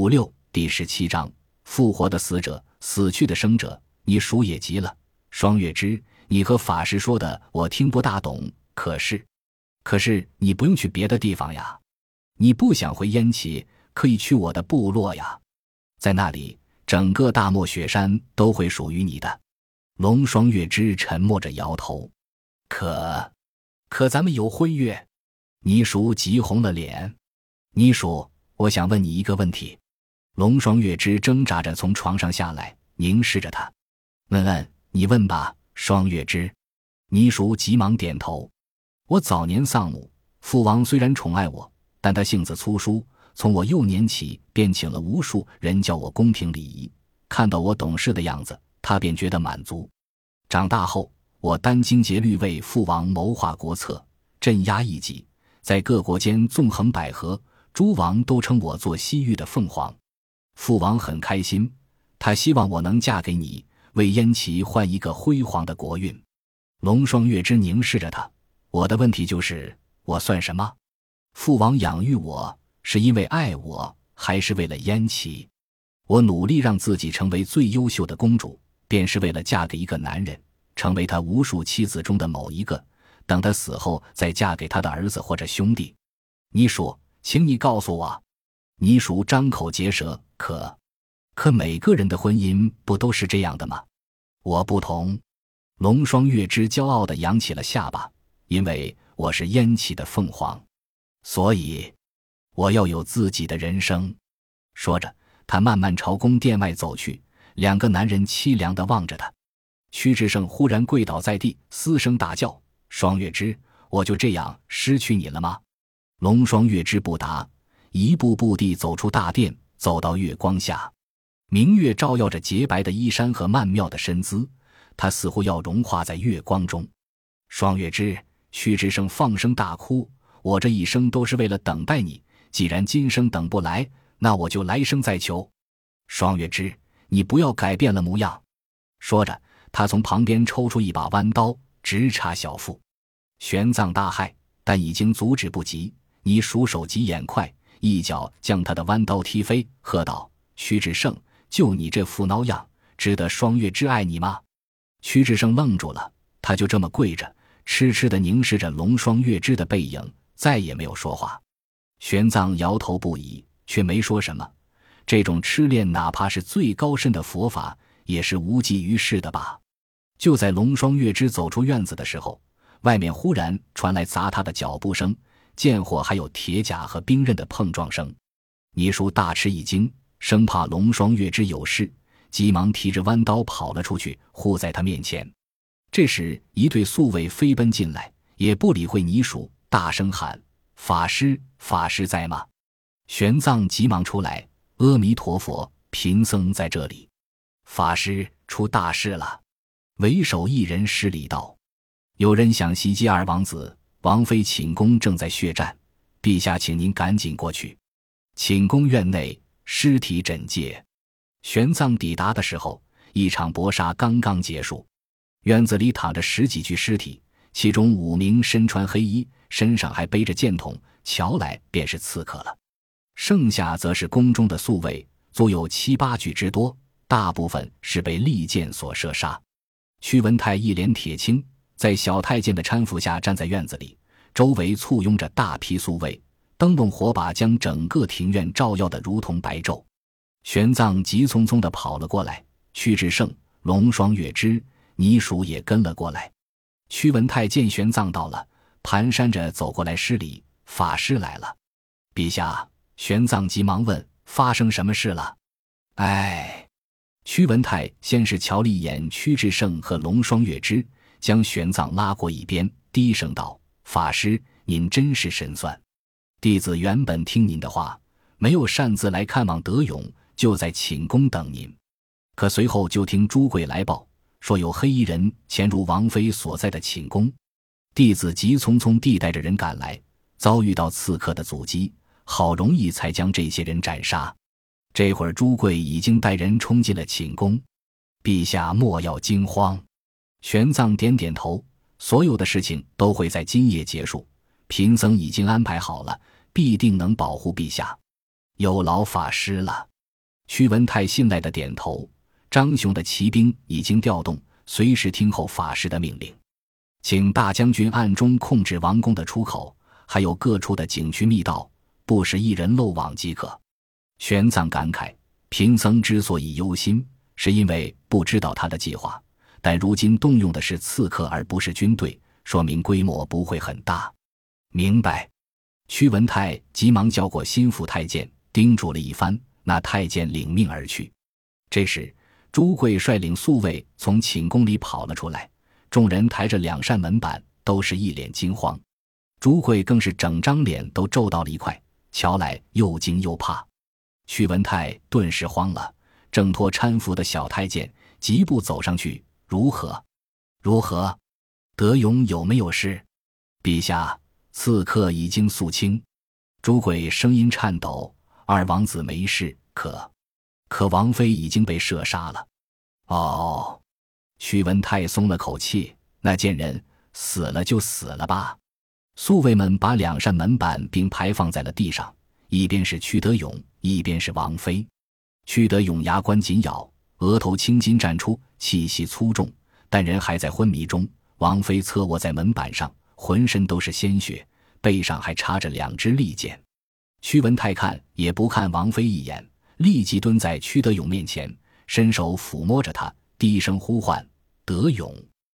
56第17章复活的死者，死去的生者。你属也急了，双月之，你和法师说的我听不大懂，可是你不用去别的地方呀，你不想回燕齐，可以去我的部落呀，在那里整个大漠雪山都会属于你的。龙双月之沉默着摇头。可咱们有婚约。倪叔急红了脸。倪叔，我想问你一个问题。龙双月之挣扎着从床上下来，凝视着他。问，你问吧，双月之。倪叔急忙点头。我早年丧母，父王虽然宠爱我，但他性子粗疏，从我幼年起便请了无数人教我宫廷礼仪，看到我懂事的样子，他便觉得满足。长大后，我殚精竭虑为父王谋划国策，镇压异己，在各国间纵横捭阖，诸王都称我做西域的凤凰。父王很开心，他希望我能嫁给你，为燕齐换一个辉煌的国运。龙双月之凝视着他。我的问题就是，我算什么？父王养育我，是因为爱我，还是为了燕齐？我努力让自己成为最优秀的公主，便是为了嫁给一个男人，成为他无数妻子中的某一个，等他死后再嫁给他的儿子或者兄弟。倪叔，请你告诉我。倪叔张口结舌，可每个人的婚姻不都是这样的吗？我不同。龙双月之骄傲地扬起了下巴，因为我是燕齐的凤凰，所以我要有自己的人生。说着，他慢慢朝宫殿外走去，两个男人凄凉地望着他。屈志胜忽然跪倒在地，嘶声大叫：双月之，我就这样失去你了吗？龙双月之不答，一步步地走出大殿，走到月光下。明月照耀着洁白的衣衫和曼妙的身姿，他似乎要融化在月光中。双月之，屈志胜放声大哭，我这一生都是为了等待你，既然今生等不来，那我就来生再求。双月之，你不要改变了模样。说着，他从旁边抽出一把弯刀，直插小腹。玄奘大骇，但已经阻止不及。你属手疾眼快，一脚将他的弯刀踢飞，喝道：屈志胜，就你这副孬样，值得双月之爱你吗？屈志胜愣住了，他就这么跪着，痴痴地凝视着龙双月之的背影，再也没有说话。玄奘摇头不已，却没说什么。这种痴恋哪怕是最高深的佛法，也是无济于事的吧。就在龙双月之走出院子的时候，外面忽然传来砸他的脚步声，剑火还有铁甲和兵刃的碰撞声。倪叔大吃一惊，生怕龙双月之有事，急忙提着弯刀跑了出去，护在他面前。这时一队宿卫飞奔进来，也不理会倪叔，大声喊：法师，法师在吗？玄奘急忙出来：阿弥陀佛，贫僧在这里。法师，出大事了。为首一人施礼道：有人想袭击二王子，王妃寝宫正在血战，陛下请您赶紧过去。寝宫院内尸体枕藉。玄奘抵达的时候，一场搏杀刚刚结束。院子里躺着10几具尸体，其中5名身穿黑衣，身上还背着剑筒，瞧来便是刺客了。剩下则是宫中的宿卫，足有7、8具之多，大部分是被利箭所射杀。屈文泰一脸铁青，在小太监的搀扶下站在院子里，周围簇拥着大批宿卫，灯笼火把将整个庭院照耀得如同白昼。玄奘急匆匆地跑了过来，屈志胜、龙双月之、倪叔也跟了过来。屈文泰见玄奘到了，蹒跚着走过来施礼：法师来了。陛下。玄奘急忙问：发生什么事了？屈文泰先是瞧了一眼屈志胜和龙双月之，将玄奘拉过一边，低声道：法师，您真是神算，弟子原本听您的话，没有擅自来看望德勇，就在寝宫等您。可随后就听朱贵来报，说有黑衣人潜入王妃所在的寝宫，弟子急匆匆地带着人赶来，遭遇到刺客的阻击，好容易才将这些人斩杀。这会儿朱贵已经带人冲进了寝宫，陛下莫要惊慌。玄奘点点头，所有的事情都会在今夜结束，贫僧已经安排好了，必定能保护陛下。有劳法师了。 屈文泰信赖地点头，张雄的骑兵已经调动，随时听候法师的命令。请大将军暗中控制王宫的出口，还有各处的景区密道，不使一人漏网即可。玄奘感慨，贫僧之所以忧心，是因为不知道他的计划，但如今动用的是刺客而不是军队，说明规模不会很大。明白。屈文泰急忙叫过心腹太监，叮嘱了一番，那太监领命而去。这时朱贵率领宿卫从寝宫里跑了出来，众人抬着2扇门板，都是一脸惊慌。朱贵更是整张脸都皱到了一块，瞧来又惊又怕。屈文泰顿时慌了，挣脱搀扶的小太监，疾步走上去：如何？德勇有没有事？陛下，刺客已经肃清。朱贵声音颤抖：二王子没事，可王妃已经被射杀了。哦。屈文泰松了口气，那贱人死了就死了吧。宿卫们把2扇门板并排放在了地上，一边是屈德勇，一边是王妃。屈德勇牙关紧咬，额头青筋绽出，气息粗重，但人还在昏迷中。王妃侧卧在门板上，浑身都是鲜血，背上还插着2支利箭。屈文泰看也不看王妃一眼，立即蹲在屈德勇面前，伸手抚摸着他，低声呼唤：德勇。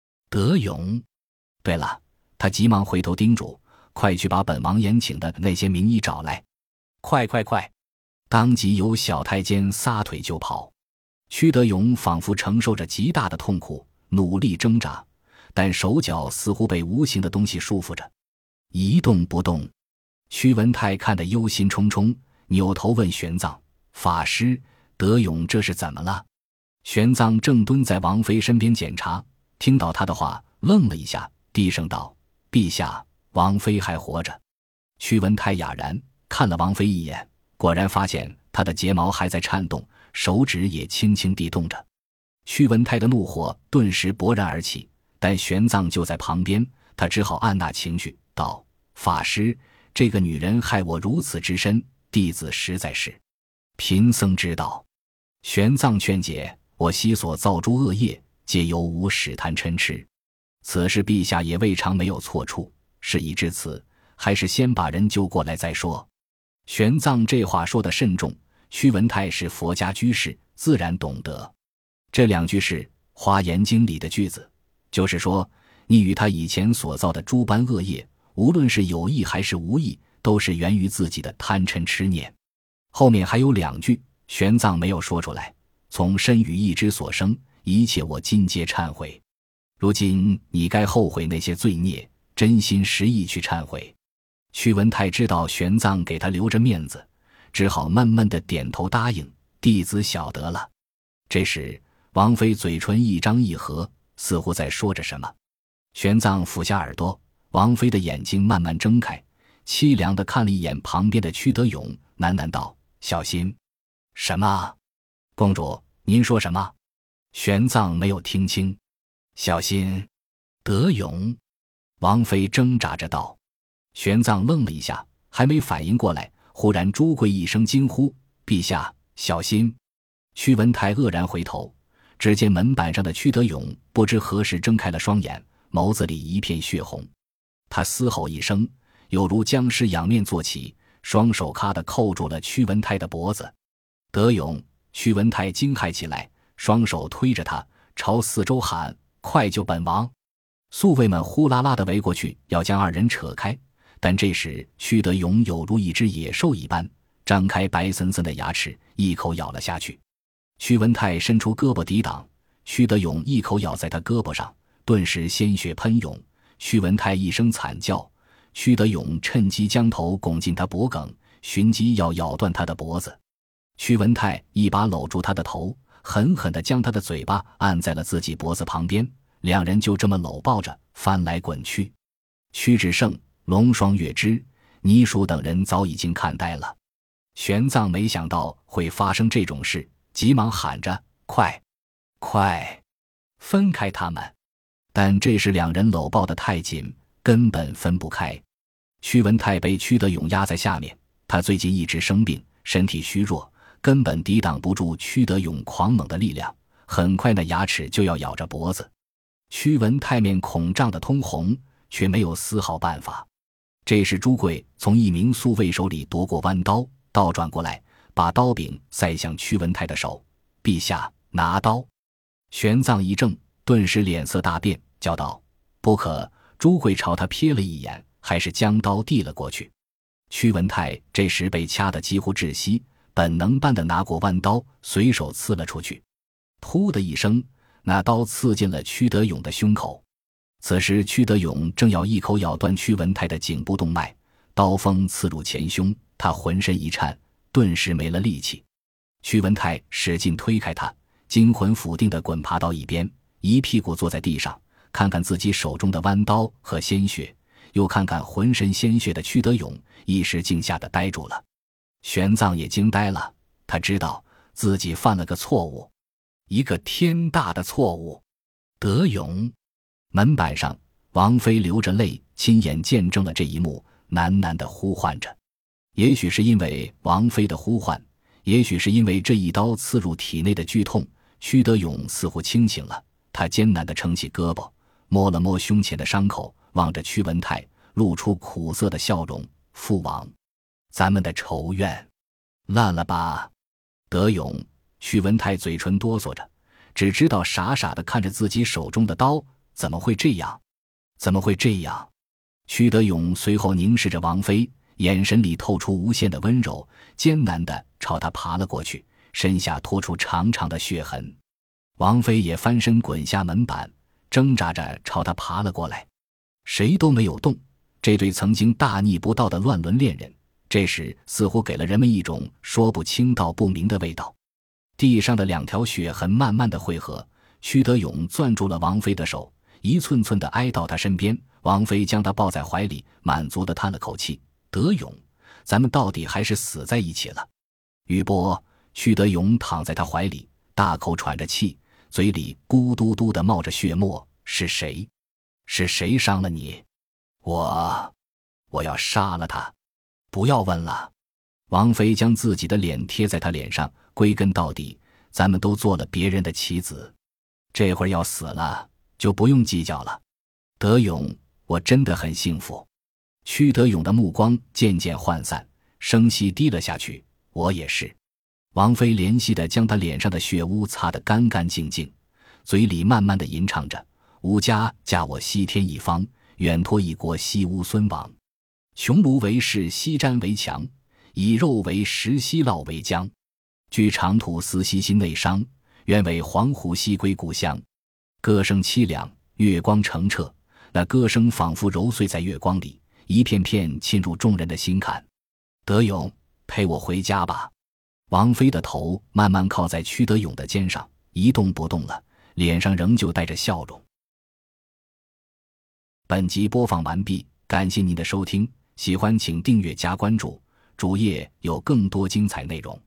对了，他急忙回头叮嘱：快去把本王延请的那些名医找来。快！当即有小太监撒腿就跑。屈德勇仿佛承受着极大的痛苦，努力挣扎，但手脚似乎被无形的东西束缚着，一动不动。屈文泰看得忧心忡忡，扭头问玄奘：法师，德勇这是怎么了？玄奘正蹲在王妃身边检查，听到他的话愣了一下，低声道：陛下，王妃还活着。屈文泰哑然看了王妃一眼，果然发现她的睫毛还在颤动，手指也轻轻地动着。屈文泰的怒火顿时勃然而起，但玄奘就在旁边，他只好按捺情绪道：法师，这个女人害我如此之深，弟子实在是贫僧知道。玄奘劝解：我昔所造诸恶业，皆由吾使贪嗔痴，此事陛下也未尝没有错处，事已至此，还是先把人救过来再说。玄奘这话说得慎重，屈文泰是佛家居士，自然懂得。这2句是《华严经》里的句子，就是说你与他以前所造的诸般恶业，无论是有意还是无意，都是源于自己的贪嗔痴念。后面还有2句，玄奘没有说出来：从身语意之所生，一切我今皆忏悔。如今你该后悔那些罪孽，真心实意去忏悔。屈文泰知道玄奘给他留着面子，只好闷闷地点头答应：弟子晓得了。这时王妃嘴唇一张一合，似乎在说着什么。玄奘俯下耳朵，王妃的眼睛慢慢睁开，凄凉地看了一眼旁边的屈德勇，喃喃道：小心。什么？公主，您说什么？玄奘没有听清。小心德勇。王妃挣扎着道。玄奘愣了一下，还没反应过来，忽然朱贵一声惊呼：陛下，小心。屈文泰愕然回头，只见门板上的屈德勇不知何时睁开了双眼，眸子里一片血红。他嘶吼一声，有如僵尸仰面坐起，双手咔地扣住了屈文泰的脖子。德勇！屈文泰惊骇起来，双手推着他朝四周喊：快救本王！宿卫们呼啦啦地围过去，要将2人扯开，但这时屈德勇有如一只野兽一般，张开白森森的牙齿，一口咬了下去。屈文泰伸出胳膊抵挡，屈德勇一口咬在他胳膊上，顿时鲜血喷涌。屈文泰一声惨叫，屈德勇趁机将头拱进他脖颈，寻机要咬断他的脖子。屈文泰一把搂住他的头，狠狠地将他的嘴巴按在了自己脖子旁边，2人就这么搂抱着翻来滚去。屈志胜、龙双月之、倪蜀等人早已经看呆了。玄奘没想到会发生这种事，急忙喊着：快分开他们！但这时2人搂抱得太紧，根本分不开。屈文泰被屈德勇压在下面，他最近一直生病，身体虚弱， 根本抵挡不住屈德勇狂猛的力量，很快那牙齿就要咬着脖子。屈文泰面孔涨得通红，却没有丝毫办法。这时朱贵从一名宿卫手里夺过弯刀，倒转过来，把刀柄塞向屈文泰的手。陛下，拿刀！玄奘一怔，顿时脸色大变，叫道：不可！朱贵朝他瞥了一眼，还是将刀递了过去。屈文泰这时被掐得几乎窒息，本能般地拿过弯刀，随手刺了出去。噗的一声，那刀刺进了屈德勇的胸口。此时屈德勇正要一口咬断屈文泰的颈部动脉，刀锋刺入前胸，他浑身一颤，顿时没了力气。屈文泰使劲推开他，惊魂甫定地滚爬到一边，一屁股坐在地上，看看自己手中的弯刀和鲜血，又看看浑身鲜血的屈德勇，一时竟吓得呆住了。玄奘也惊呆了，他知道自己犯了个错误，一个天大的错误。德勇！门板上，王妃流着泪，亲眼见证了这一幕，喃喃地呼唤着。也许是因为王妃的呼唤，也许是因为这一刀刺入体内的剧痛，屈德勇似乎清醒了。他艰难地撑起胳膊，摸了摸胸前的伤口，望着屈文泰，露出苦涩的笑容。父王，咱们的仇怨烂了吧？德勇！屈文泰嘴唇哆嗦着，只知道傻傻地看着自己手中的刀。怎么会这样？怎么会这样？屈德勇随后凝视着王妃，眼神里透出无限的温柔，艰难地朝他爬了过去，身下拖出长长的血痕。王妃也翻身滚下门板，挣扎着朝他爬了过来。谁都没有动，这对曾经大逆不道的乱伦恋人，这时似乎给了人们一种说不清道不明的味道。地上的两条血痕慢慢的汇合，屈德勇攥住了王妃的手，一寸寸地挨到他身边。王妃将他抱在怀里，满足地叹了口气：德勇，咱们到底还是死在一起了。雨波！屈德勇躺在他怀里，大口喘着气，嘴里咕嘟嘟地冒着血沫。是谁？是谁伤了你？我要杀了他！不要问了。王妃将自己的脸贴在他脸上，归根到底，咱们都做了别人的棋子，这会儿要死了，就不用计较了。德勇，我真的很幸福。屈德勇的目光渐渐涣散，声息低了下去。我也是。王妃怜惜地将他脸上的血污擦得干干净净，嘴里慢慢地吟唱着：吾家嫁我西天一方，远托一国西乌孙王。穹庐为室，西瞻为墙，以肉为食，西酪为浆。据长途思西心内伤，愿为黄鹄西归故乡。歌声凄凉，月光澄澈，那歌声仿佛揉碎在月光里，一片片沁入众人的心坎。德勇，陪我回家吧。王妃的头慢慢靠在屈德勇的肩上，一动不动了，脸上仍旧带着笑容。本集播放完毕，感谢您的收听，喜欢请订阅加关注，主页有更多精彩内容。